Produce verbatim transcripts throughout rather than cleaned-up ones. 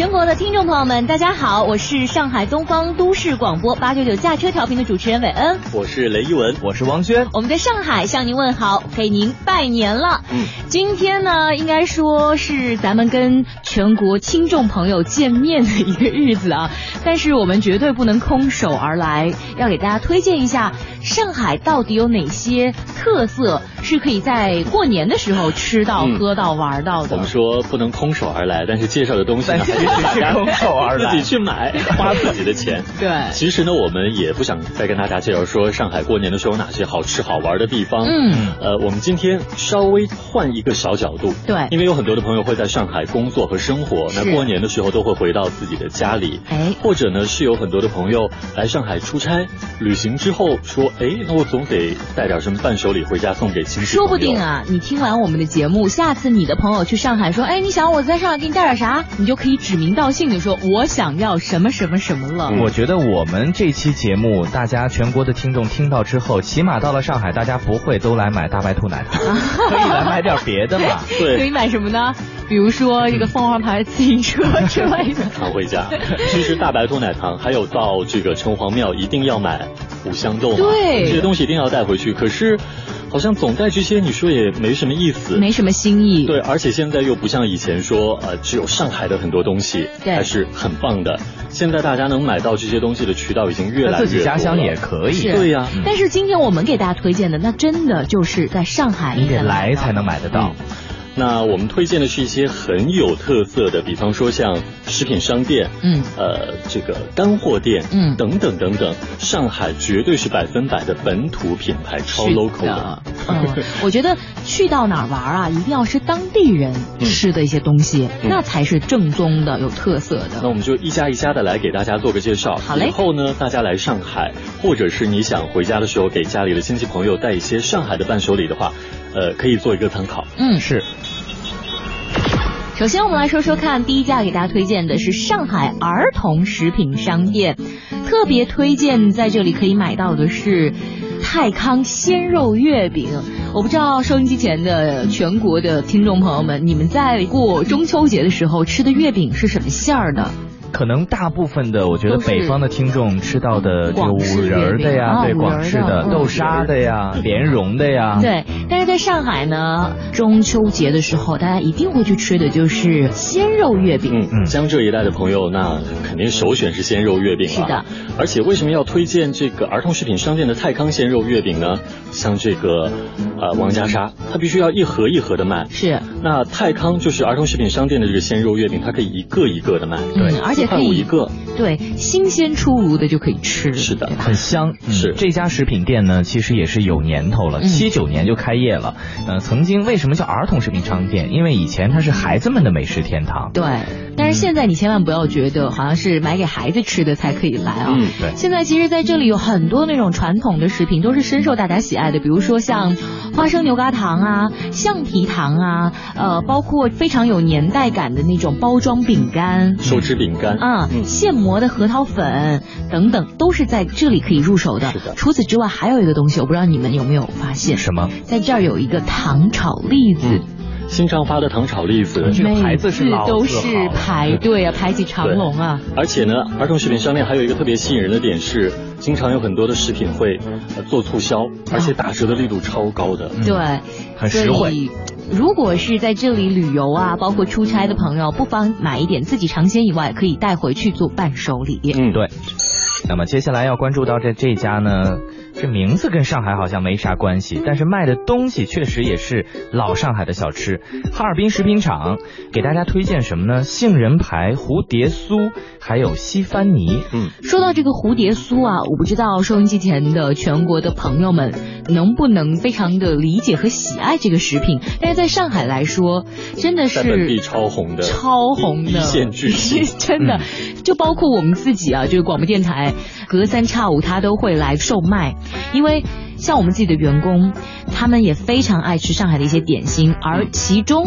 全国的听众朋友们，大家好，我是上海东方都市广播八九九驾车调频的主持人韦恩， 我是雷一文， 我是王轩， 我们在上海向您问好，给您拜年了。嗯，今天呢，应该说是咱们跟全国听众朋友见面的一个日子啊，但是我们绝对不能空手而来，要给大家推荐一下上海到底有哪些特色是可以在过年的时候吃到、嗯、喝到、玩到的。 我们说不能空手而来，但是介绍的东西呢， 其实是空手而来， 自己去买，花自己的钱。 对， 其实呢，我们也不想再跟大家介绍说上海过年的时候有哪些好吃好玩的地方。嗯，呃，我们今天稍微换一个小角度。 对， 因为有很多的朋友会在上海工作和生活，那过年的时候都会回到自己的家里。哎，或者呢，是有很多的朋友来上海出差旅行之后说，哎，那我总得带点什么伴手礼回家送给亲戚朋友。 说不定啊，你听完我们的节目，下次你的朋友去上海说，哎，你想我在上海给你带点啥，你就可以指名道姓的说，我想要什么什么什么了。 嗯、我觉得我们这期节目，大家全国的听众听到之后，起码到了上海，大家不会都来买大白兔奶糖，可以来买点别的嘛。 对， 可以买什么呢？比如说这个凤凰牌自行车之类的。 常回家。其实大白兔奶糖，还有到这个城隍庙一定要买五香豆嘛， 对， 这些东西一定要带回去。可是好像总带这些，你说也没什么意思， 没什么新意。 对，而且现在又不像以前说，呃，只有上海的很多东西还是很棒的。现在大家能买到这些东西的渠道已经越来越多了， 自己家乡也可以。 对呀、啊嗯。但是今天我们给大家推荐的，那真的就是在上海你得来才能买得到。 嗯，那我们推荐的是一些很有特色的，比方说像食品商店，嗯，呃，这个干货店，嗯，等等等等。上海绝对是百分百的本土品牌，超 local 的。 嗯，我觉得去到哪儿玩啊，一定要是当地人吃的一些东西，嗯、那才是正宗的、有特色的。 那我们就一家一家的来给大家做个介绍。 好嘞。 以后呢，大家来上海，或者是你想回家的时候给家里的亲戚朋友带一些上海的伴手礼的话，呃，可以做一个参考。 嗯， 是。 首先我们来说说看，第一家给大家推荐的是上海儿童食品商店，特别推荐在这里可以买到的是泰康鲜肉月饼。我不知道收音机前的全国的听众朋友们，你们在过中秋节的时候吃的月饼是什么馅儿的？ 可能大部分的，我觉得北方的听众吃到的这个五仁的呀，对，广式的、豆沙的呀、莲蓉的呀。 对，但是在上海呢，中秋节的时候，大家一定会去吃的就是鲜肉月饼。 嗯嗯，江浙一带的朋友，那肯定首选是鲜肉月饼了。 是的。 而且为什么要推荐这个儿童食品商店的泰康鲜肉月饼呢？像这个呃王家沙，它必须要一盒一盒的卖。 是。 那泰康就是儿童食品商店的这个鲜肉月饼，它可以一个一个的卖。 对，嗯、而且可以一个。 对，新鲜出炉的就可以吃。 是的， 很香。 嗯、是这家食品店呢，其实也是有年头了，七九年就开业了。呃，曾经为什么叫儿童食品商店？因为以前它是孩子们的美食天堂。 对，但是现在你千万不要觉得好像是买给孩子吃的才可以来啊。 嗯，对。 现在其实在这里有很多那种传统的食品，都是深受大家喜爱的，比如说像花生牛轧糖啊、橡皮糖啊，呃，包括非常有年代感的那种包装饼干、 手指饼干啊、嗯、现磨的核桃粉等等，都是在这里可以入手的。 是的。 除此之外，还有一个东西，我不知道你们有没有发现？ 什么？ 在这儿有一个糖炒栗子。嗯， 新昌发的糖炒栗子， 这个牌子是老字号， 都是排队啊，排起长龙啊。 而且呢，儿童食品商店还有一个特别吸引人的点是，经常有很多的食品会、呃、做促销，而且打折的力度超高的。 嗯、对， 很实惠。 如果是在这里旅游啊，包括出差的朋友，不妨买一点，自己尝鲜以外，可以带回去做伴手礼。 嗯，对。那么接下来要关注到这这家呢，这名字跟上海好像没啥关系，但是卖的东西确实也是老上海的小吃。哈尔滨食品厂给大家推荐什么呢？杏仁排、蝴蝶酥，还有西番泥。 嗯， 说到这个蝴蝶酥啊，我不知道收音机前的全国的朋友们能不能非常的理解和喜爱这个食品，但是在上海来说，真的是在本地超红的， 超红的一线巨星， 真的、嗯、就包括我们自己啊，就是广播电台隔三差五他都会来售卖，因为像我们自己的员工，他们也非常爱吃上海的一些点心，而其中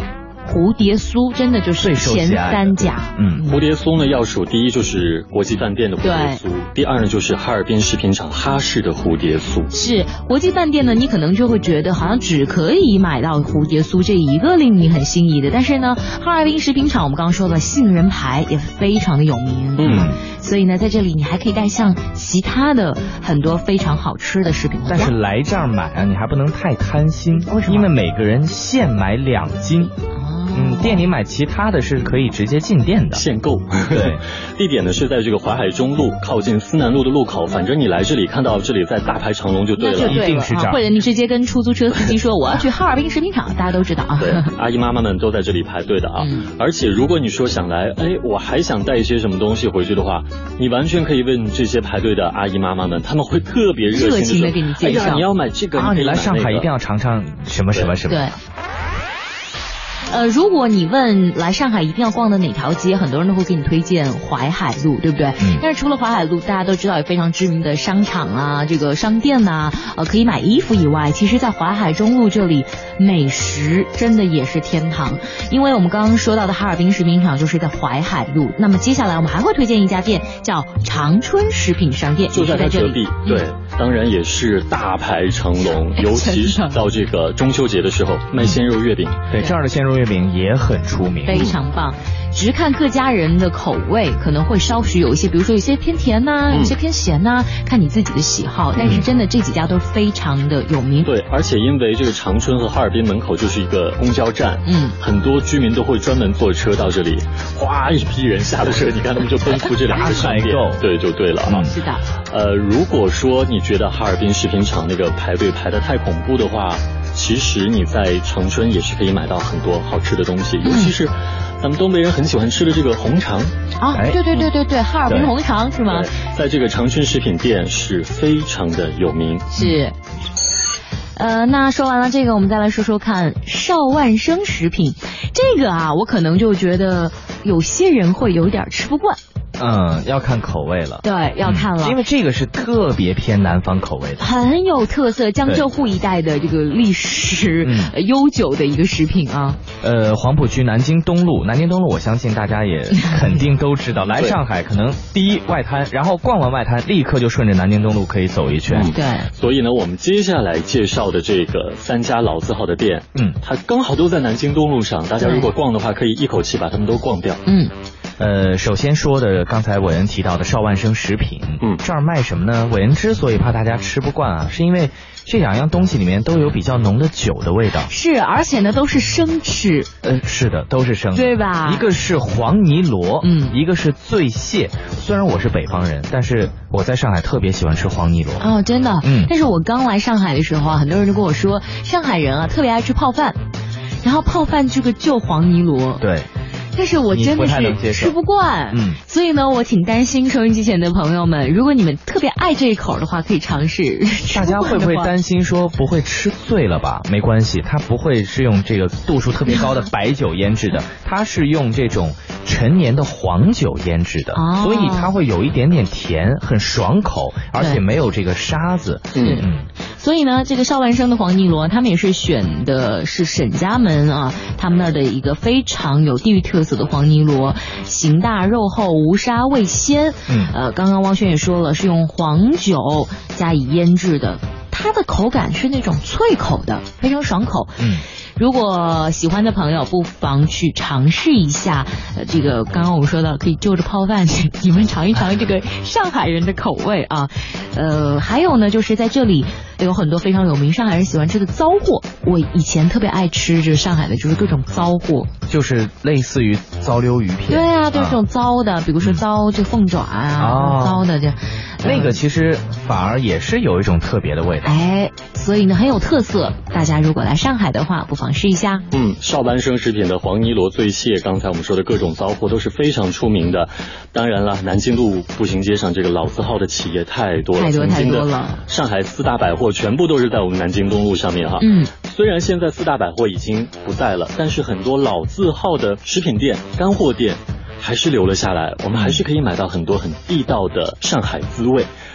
蝴蝶酥，真的就是前三甲。 嗯，蝴蝶酥呢要数第一就是国际饭店的蝴蝶酥，第二呢就是哈尔滨食品厂哈式的蝴蝶酥。 是国际饭店呢，你可能就会觉得好像只可以买到蝴蝶酥这一个令你很心仪的，但是呢，哈尔滨食品厂我们刚刚说的杏仁排也非常的有名。 嗯， 所以呢，在这里你还可以带上其他的很多非常好吃的食品。 但是来这儿买啊，你还不能太贪心， 为什么？ 因为每个人限买两斤。嗯，店里买其他的是可以直接进店的， 限购。 对， 地点呢是在这个淮海中路靠近思南路的路口，反正你来这里看到这里在大排长龙就对了， 那就对了， 一定是这儿。 或者你直接跟出租车司机说我要去哈尔滨食品厂，大家都知道啊。 对，阿姨妈妈们都在这里排队的啊。嗯、而且如果你说想来，哎，我还想带一些什么东西回去的话，你完全可以问这些排队的阿姨妈妈们，他们会特别热情的给你介绍。 哎呀，你要买这个， 啊， 你, 你来上海一定要尝尝什么什么什么。 对。呃，如果你问来上海一定要逛的哪条街，很多人都会给你推荐淮海路，对不对？嗯。但是除了淮海路，大家都知道有非常知名的商场啊，这个商店呐、啊，呃，可以买衣服以外，其实在淮海中路这里，美食真的也是天堂。因为我们刚刚说到的哈尔滨食品厂就是在淮海路，那么接下来我们还会推荐一家店，叫长春食品商店， 就在它隔壁。 嗯、 对，当然也是大排长龙，尤其是到这个中秋节的时候，卖鲜肉月饼。 对，这儿的鲜肉月饼也很出名， 非常棒。只看各家人的口味，可能会稍许有一些，比如说有些偏甜呐、啊，有些偏咸呐、啊，看你自己的喜好。但是真的这几家都非常的有名。 对，而且因为这个长春和哈尔滨门口就是一个公交站，嗯，很多居民都会专门坐车到这里，哗一批人下了车，你看他们就奔赴这两个商店，对，就对了啊、 嗯。是的。 呃，如果说你觉得哈尔滨食品厂那个排队排得太恐怖的话，其实你在长春也是可以买到很多好吃的东西，尤其是咱们东北人很喜欢吃的这个红肠啊，对对对对对，哈尔滨红肠是吗？ 在这个长春食品店是非常的有名。 是。呃，那说完了这个，我们再来说说看邵万生食品。这个啊，我可能就觉得有些人会有点吃不惯。 嗯，要看口味了。 对，要看了、 嗯，因为这个是特别偏南方口味的， 很有特色，江浙沪一带的这个历史、呃、悠久的一个食品啊。 呃，黄浦区南京东路，南京东路，我相信大家也肯定都知道。来上海可能第一外滩，然后逛完外滩，立刻就顺着南京东路可以走一圈。 嗯、对。 所以呢，我们接下来介绍的这个三家老字号的店，嗯，它刚好都在南京东路上，大家如果逛的话，可以一口气把它们都逛掉。 嗯。呃，首先说的刚才伟恩提到的邵万生食品，嗯，这儿卖什么呢？伟恩之所以怕大家吃不惯啊，是因为这两样东西里面都有比较浓的酒的味道。 是，而且呢都是生吃。 呃，是的，都是生的， 对吧？ 一个是黄泥螺，嗯，一个是醉蟹。虽然我是北方人，但是我在上海特别喜欢吃黄泥螺。 哦，真的，嗯。但是我刚来上海的时候啊，很多人就跟我说，上海人啊特别爱吃泡饭，然后泡饭这个就黄泥螺。 对。 但是我真的是吃不惯，嗯，所以呢，我挺担心收音机前的朋友们，如果你们特别爱这一口的话，可以尝试。 大家会不会担心说不会吃醉了吧？没关系，它不会是用这个度数特别高的白酒腌制的，它是用这种陈年的黄酒腌制的，哦、所以它会有一点点甜，很爽口，而且没有这个沙子。 嗯嗯。所以呢，这个邵万生的黄泥螺，他们也是选的是沈家门啊，他们那儿的一个非常有地域特色的黄泥螺，形大肉厚，无沙味鲜。嗯，呃，刚刚汪轩也说了，是用黄酒加以腌制的，它的口感是那种脆口的，非常爽口。嗯。如果喜欢的朋友，不妨去尝试一下。呃，这个刚刚我们说到，可以就着泡饭，你们尝一尝这个上海人的口味啊。呃，还有呢，就是在这里有很多非常有名上海人喜欢吃的糟货。我以前特别爱吃这上海的，就是各种糟货， 就是类似于糟溜鱼片。 对啊，就是这种糟的，啊、比如说糟这凤爪啊，哦、糟的这。 那个其实反而也是有一种特别的味道。 哎，所以呢很有特色。大家如果来上海的话，不妨试一下。 嗯，邵万生食品的黄泥螺、醉蟹，刚才我们说的各种糟货都是非常出名的。当然了，南京路步行街上这个老字号的企业太多了， 太多太多了。 上海四大百货全部都是在我们南京东路上面哈。嗯，虽然现在四大百货已经不在了，但是很多老字号的食品店、干货店还是留了下来，我们还是可以买到很多很地道的上海滋味。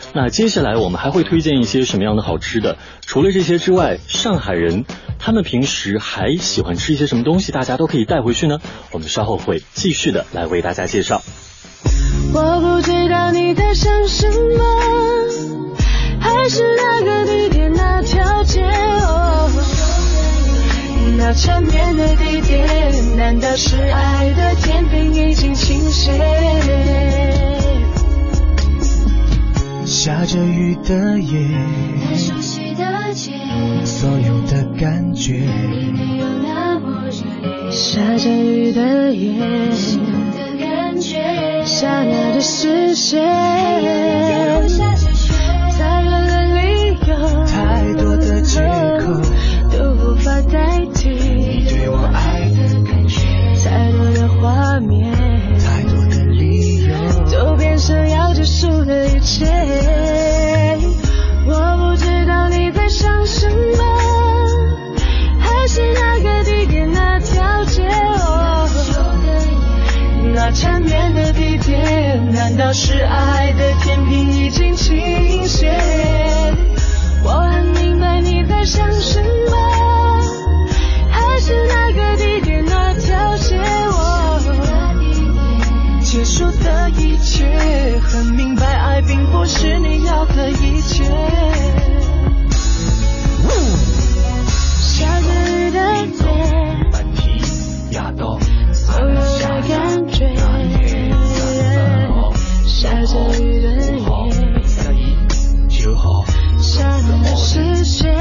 那接下来我们还会推荐一些什么样的好吃的？除了这些之外，上海人他们平时还喜欢吃一些什么东西，大家都可以带回去呢？我们稍后会继续的来为大家介绍。 我不知道你在想什么，还是那个地点那条街，哦，那缠绵的地点，难道是爱的天平已经倾斜？ 下着雨的夜， 太熟悉的街， 所有的感觉没有那么热烈。下着雨的夜，心的感觉，刹那的视线，太多的理由， 太多的借口都无法代替你对我爱的感觉， 太多的画面， 太多的理由都变成要结束的一切。我不知道你在想什么，还是那个地点那条街，哦，那缠绵的地点，难道是爱的天平已经倾斜？我很明白你在想什么，还是那个地点那条街，哦，结束的一切，很明白爱并不是你要的一切。下着雨的夜， 满地压到所有的感觉，下着雨的夜， 就好， 刹那的视线，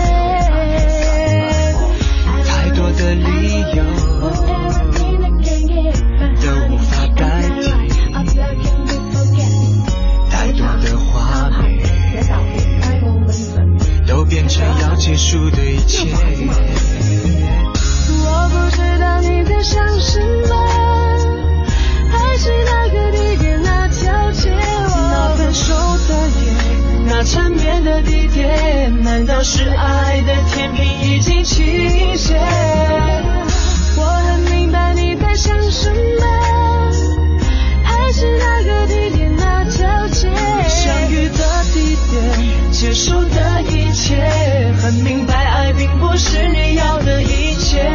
太多的理由都无法代替，太多的画面都变成要结束的一切。 我不知道你在想什么，还是那个地点那条街，那分手的夜，那缠绵的地点，难道是爱的天平已经倾斜？我很明白你在想什么，还是那个地点那条街，相遇的地点，结束的一切，很明白爱并不是你要的一切。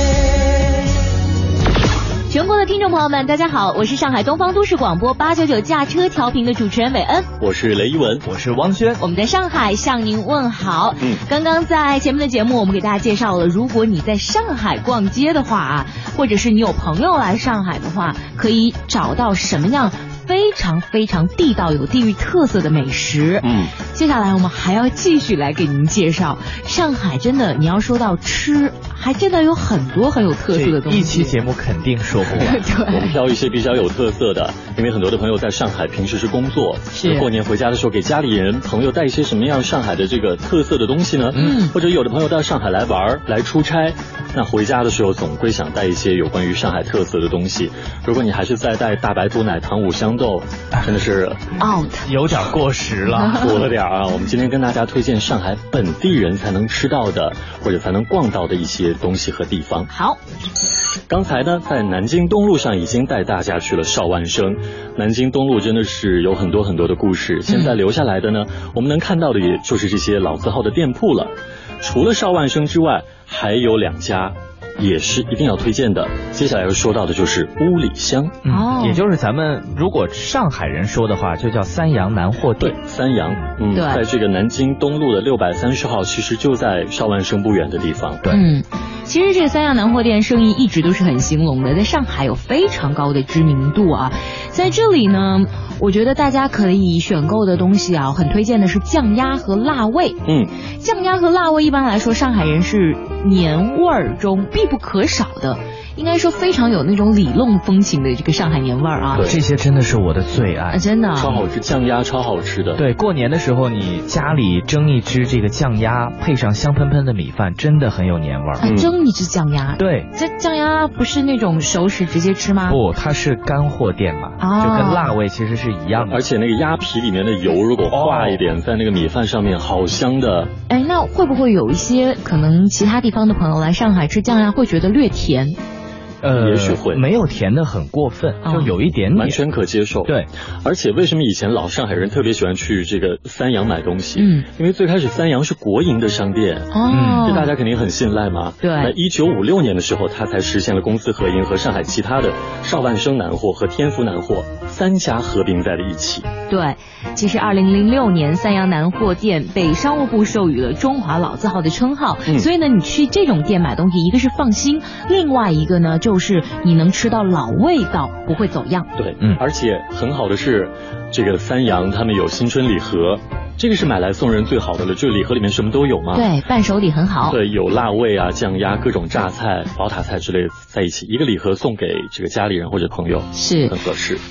全国的听众朋友们，大家好，我是上海东方都市广播八九九驾车调频的主持人韦恩， 我是雷一文， 我是汪轩， 我们在上海向您问好。 嗯， 刚刚在前面的节目，我们给大家介绍了，如果你在上海逛街的话啊，或者是你有朋友来上海的话，可以找到什么样非常非常地道有地域特色的美食。 嗯， 接下来我们还要继续来给您介绍上海，真的你要说到吃，还真的有很多很有特色的东西， 一期节目肯定说不完。 对， 我们挑一些比较有特色的，因为很多的朋友在上海平时是工作， 是过年回家的时候给家里人朋友带一些什么样上海的这个特色的东西呢？ 嗯， 或者有的朋友到上海来玩来出差，那回家的时候总归想带一些有关于上海特色的东西。如果你还是在带大白兔奶糖五香豆，真的是 out 有点过时了， 过了点啊。我们今天跟大家推荐上海本地人才能吃到的或者才能逛到的一些东西和地方。 好， 刚才呢在南京东路上已经带大家去了邵万生，南京东路真的是有很多很多的故事，现在留下来的呢，我们能看到的也就是这些老字号的店铺了。除了邵万生之外，还有两家也是一定要推荐的，接下来要说到的就是乌里香。 嗯，也就是咱们如果上海人说的话，就叫三阳南货店。 对，三阳，嗯， 对， 在这个南京东路的六百三十号，其实就在邵万生不远的地方。 对， 嗯，其实这个三阳南货店生意一直都是很兴隆的，在上海有非常高的知名度啊。在这里呢，我觉得大家可以选购的东西啊，很推荐的是酱鸭和辣味。 嗯， 酱鸭和辣味一般来说，上海人是年味儿中必不可少的，应该说非常有那种里弄风情的这个上海年味儿啊。 对， 这些真的是我的最爱， 啊、真的超好吃，酱鸭超好吃的。 对，过年的时候你家里蒸一只这个酱鸭，配上香喷喷的米饭，真的很有年味儿。 啊，蒸一只酱鸭， 对， 这酱鸭不是那种熟食直接吃吗？ 不，它是干货店嘛， 啊， 就跟辣味其实是一样的。 而且那个鸭皮里面的油如果化一点，哦，在那个米饭上面，好香的。 哎，那会不会有一些可能其他地方的朋友来上海吃酱鸭会觉得略甜？ 呃，也许会没有甜的很过分，就有一点点完全可接受。 对， 而且为什么以前老上海人特别喜欢去这个三阳买东西？嗯，因为最开始三阳是国营的商店，哦，这大家肯定很信赖嘛。 对， 那一九五六年的时候，它才实现了公私合营，和上海其他的邵万生南货和天福南货三家合并在了一起。 对，其实二零零六年三阳南货店被商务部授予了中华老字号的称号，嗯，所以呢，你去这种店买东西，一个是放心，另外一个呢，就是你能吃到老味道，不会走样。 对，嗯，而且很好的是，这个三阳他们有新春礼盒。这个是买来送人最好的了，就礼盒里面什么都有嘛。 对，伴手礼很好。 对，有辣味啊、酱鸭、各种榨菜、宝塔菜之类的在一起，一个礼盒送给这个家里人或者朋友， 是很合适。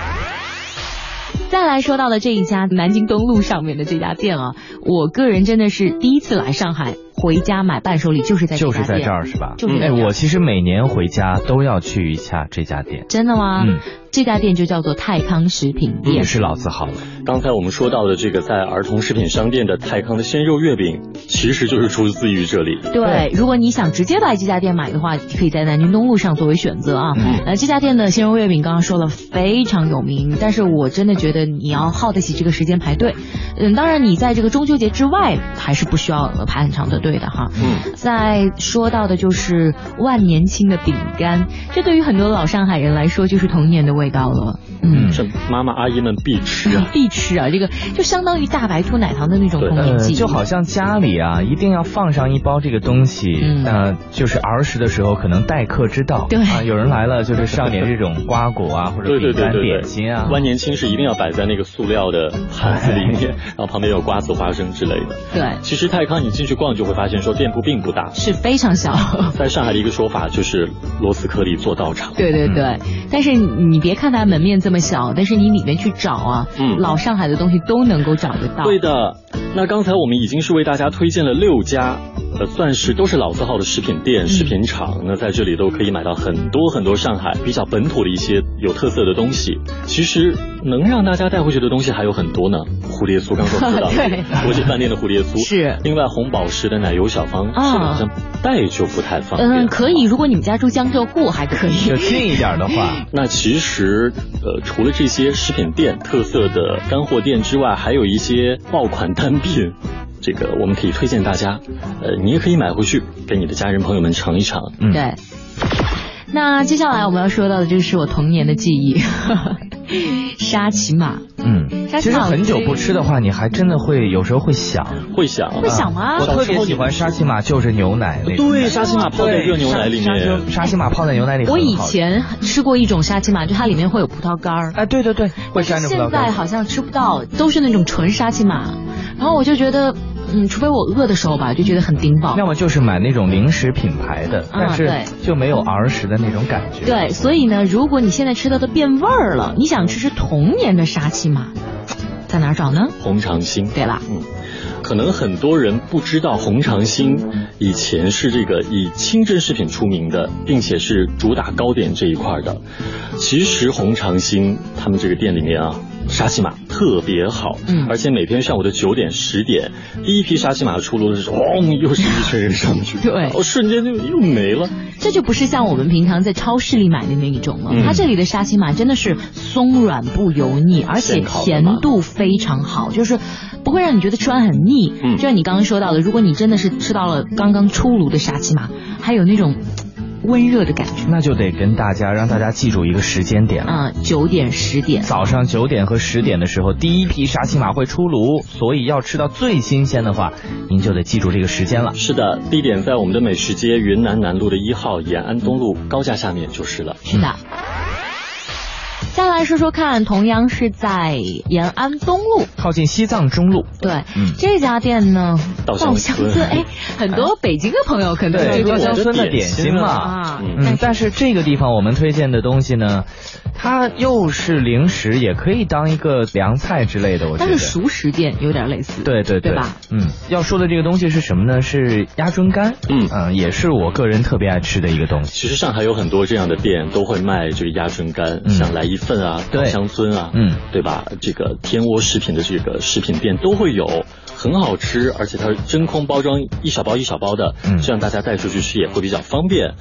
再来说到的这一家南京东路上面的这家店啊，我个人真的是第一次来上海回家买伴手礼，就是在这家店， 就是在这儿是吧？ 就是在这儿。 哎，我其实每年回家都要去一下这家店。 真的吗？嗯，这家店就叫做泰康食品店， 也是老字号了。 刚才我们说到的这个在儿童食品商店的泰康的鲜肉月饼，其实就是出自于这里。 对，如果你想直接来这家店买的话，可以在南京东路上作为选择啊。嗯，呃，这家店的鲜肉月饼刚刚说了非常有名，但是我真的觉得你要耗得起这个时间排队。嗯，当然你在这个中秋节之外还是不需要排很长的队的哈。嗯，再说到的就是万年青的饼干，这对于很多老上海人来说就是童年的味道了。 嗯，这妈妈阿姨们必吃啊， 必吃啊，这个就相当于大白兔奶糖的那种童年记忆、 呃、就好像家里啊一定要放上一包这个东西，嗯、呃，就是儿时的时候可能待客之道， 对啊，有人来了就是上点这种瓜果啊或者饼干点心啊。 万年青是一定要摆在那个塑料的盘子里面，然后旁边有瓜子、花生之类的。 对， 其实泰康你进去逛就会发现说店铺并不大， 是非常小。 在上海的一个说法就是螺丝颗粒做道场。 对对对，嗯、但是你别看它门面这么小，但是你里面去找啊，嗯，老上海的东西都能够找得到。 对的，那刚才我们已经是为大家推荐了六家，呃，算是都是老字号的食品店、嗯、食品厂，那在这里都可以买到很多很多上海比较本土的一些有特色的东西。其实能让大家带回去的东西还有很多呢，蝴蝶酥刚说知道， 对， 国际饭店的蝴蝶酥是， 另外红宝石的奶油小方，啊，好像带就不太方便。 嗯，可以，如果你们家住江浙沪还可以， 就近一点的话。 那其实呃，除了这些食品店特色的干货店之外，还有一些爆款单品。这个我们可以推荐大家，呃，你也可以买回去给你的家人朋友们尝一尝。 嗯，对。那接下来我们要说到的就是我童年的记忆，沙琪玛。 嗯，其实很久不吃的话，你还真的会有时候会想， 会想， 会想吗？ 我特别喜欢沙琪玛，就是牛奶那种。 对，沙琪玛泡在热牛奶里面， 沙琪玛泡在牛奶里。 我以前吃过一种沙琪玛，就它里面会有葡萄干儿。 哎，对对对，会沾着葡萄干。 现在好像吃不到，都是那种纯沙琪玛。然后我就觉得。嗯，除非我饿的时候吧，就觉得很顶饱。 要么就是买那种零食品牌的，但是就没有儿时的那种感觉。 对，所以呢，如果你现在吃到的变味儿了，你想吃吃童年的沙琪玛，在哪儿找呢？ 红长兴。 对了， 嗯，可能很多人不知道红长兴以前是这个以清真食品出名的，并且是主打糕点这一块的。其实红长兴他们这个店里面啊，沙琪玛特别好，嗯，而且每天上午的九点、十点，第一批沙琪玛出炉的时候，咣，又是一群人上去， 对， 哦，瞬间就又没了。 这就不是像我们平常在超市里买的那一种了，嗯、它这里的沙琪玛真的是松软不油腻，而且甜度非常好，就是不会让你觉得吃完很腻。嗯，就像你刚刚说到的，如果你真的是吃到了刚刚出炉的沙琪玛，还有那种温热的感觉， 那就得跟大家让大家记住一个时间点了啊，九点十点， 早上九点和十点的时候，第一批沙琪玛会出炉，所以要吃到最新鲜的话，您就得记住这个时间了。 是的，地点在我们的美食街云南南路的一号延安东路高架下面就是了。 是的。嗯，再来说说看，同样是在延安东路， 靠近西藏中路。 对，嗯，这家店呢，稻香村，哎，很多北京的朋友可能对稻香村的点心嘛，啊，嗯，但是这个地方我们推荐的东西呢，它又是零食，也可以当一个凉菜之类的，我觉得。 但是熟食店有点类似。 对对对, 对吧？ 嗯，要说的这个东西是什么呢？是鸭胗干。嗯嗯、呃，也是我个人特别爱吃的一个东西。 其实上海有很多这样的店都会卖这个鸭胗干，嗯、像来一份啊、稻香村啊，嗯，对吧？这个天窝食品的这个食品店都会有，很好吃，而且它是真空包装，一小包一小包的，嗯，这样大家带出去吃也会比较方便。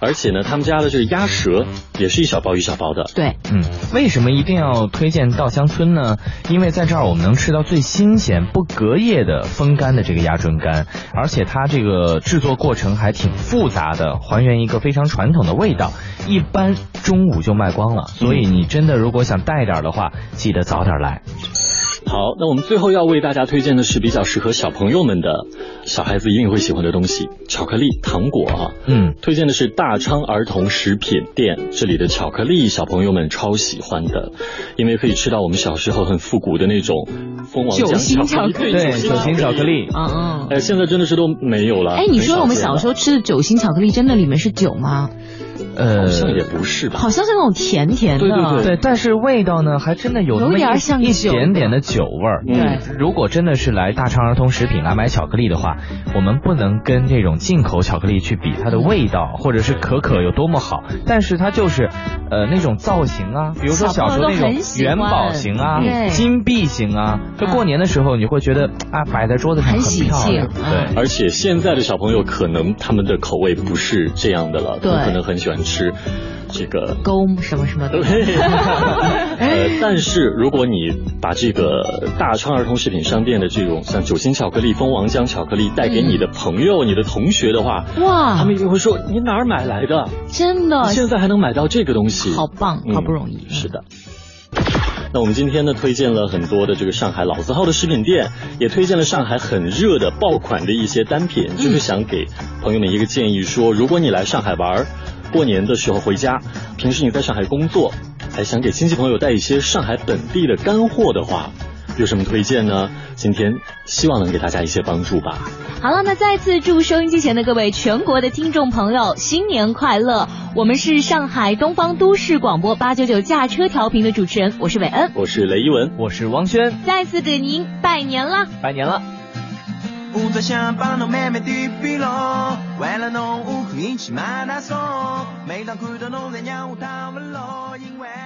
而且呢，他们家的这个鸭舌也是一小包一小包的。 对， 嗯，为什么一定要推荐稻香村呢？因为在这儿我们能吃到最新鲜、不隔夜的风干的这个鸭胗干，而且它这个制作过程还挺复杂的，还原一个非常传统的味道。一般中午就卖光了，所以你真的如果想带点的话，记得早点来。 好，那我们最后要为大家推荐的是比较适合小朋友们的，小孩子一定会喜欢的东西，巧克力、糖果啊。 嗯， 推荐的是大昌儿童食品店，这里的巧克力小朋友们超喜欢的，因为可以吃到我们小时候很复古的那种蜂王浆巧克力， 对，酒心巧克力， 嗯嗯， 哎，现在真的是都没有了。 哎，你说我们小时候吃的酒心巧克力，真的里面是酒吗？ 呃， 好像也不是吧， 好像是那种甜甜的， 对对对， 对，但是味道呢，还真的有那么一有点像一点点的酒味儿。 对， 如果真的是来大昌儿童食品来买巧克力的话，我们不能跟这种进口巧克力去比它的味道或者是可可有多么好，但是它就是呃那种造型啊，比如说小时候那种元宝型啊、金币型啊，就过年的时候你会觉得啊摆在桌子上很漂亮。对， 而且现在的小朋友可能他们的口味不是这样的了， 对， 可能很喜欢吃这个勾什么什么的。 呃，但是如果你把这个大昌儿童食品商店的这种像酒心巧克力、蜂王浆巧克力带给你的朋友、嗯、你的同学的话， 哇， 他们一定会说你哪儿买来的？ 真的， 现在还能买到这个东西， 好棒，好不容易。 嗯、是的。那我们今天呢，推荐了很多的这个上海老字号的食品店，也推荐了上海很热的爆款的一些单品，嗯、就是想给朋友们一个建议说，如果你来上海玩，过年的时候回家，平时你在上海工作，还想给亲戚朋友带一些上海本地的干货的话，有什么推荐呢？今天希望能给大家一些帮助吧。 好了，那再次祝收音机前的各位全国的听众朋友新年快乐！我们是上海东方都市广播八九九驾车调频的主持人，我是伟恩， 我是雷一文， 我是汪轩， 再次给您拜年啦！ 拜年了。 我在想帮侬妹妹的比咯，为了侬我可以去马拉松，每当看到侬在让我躺不落，因为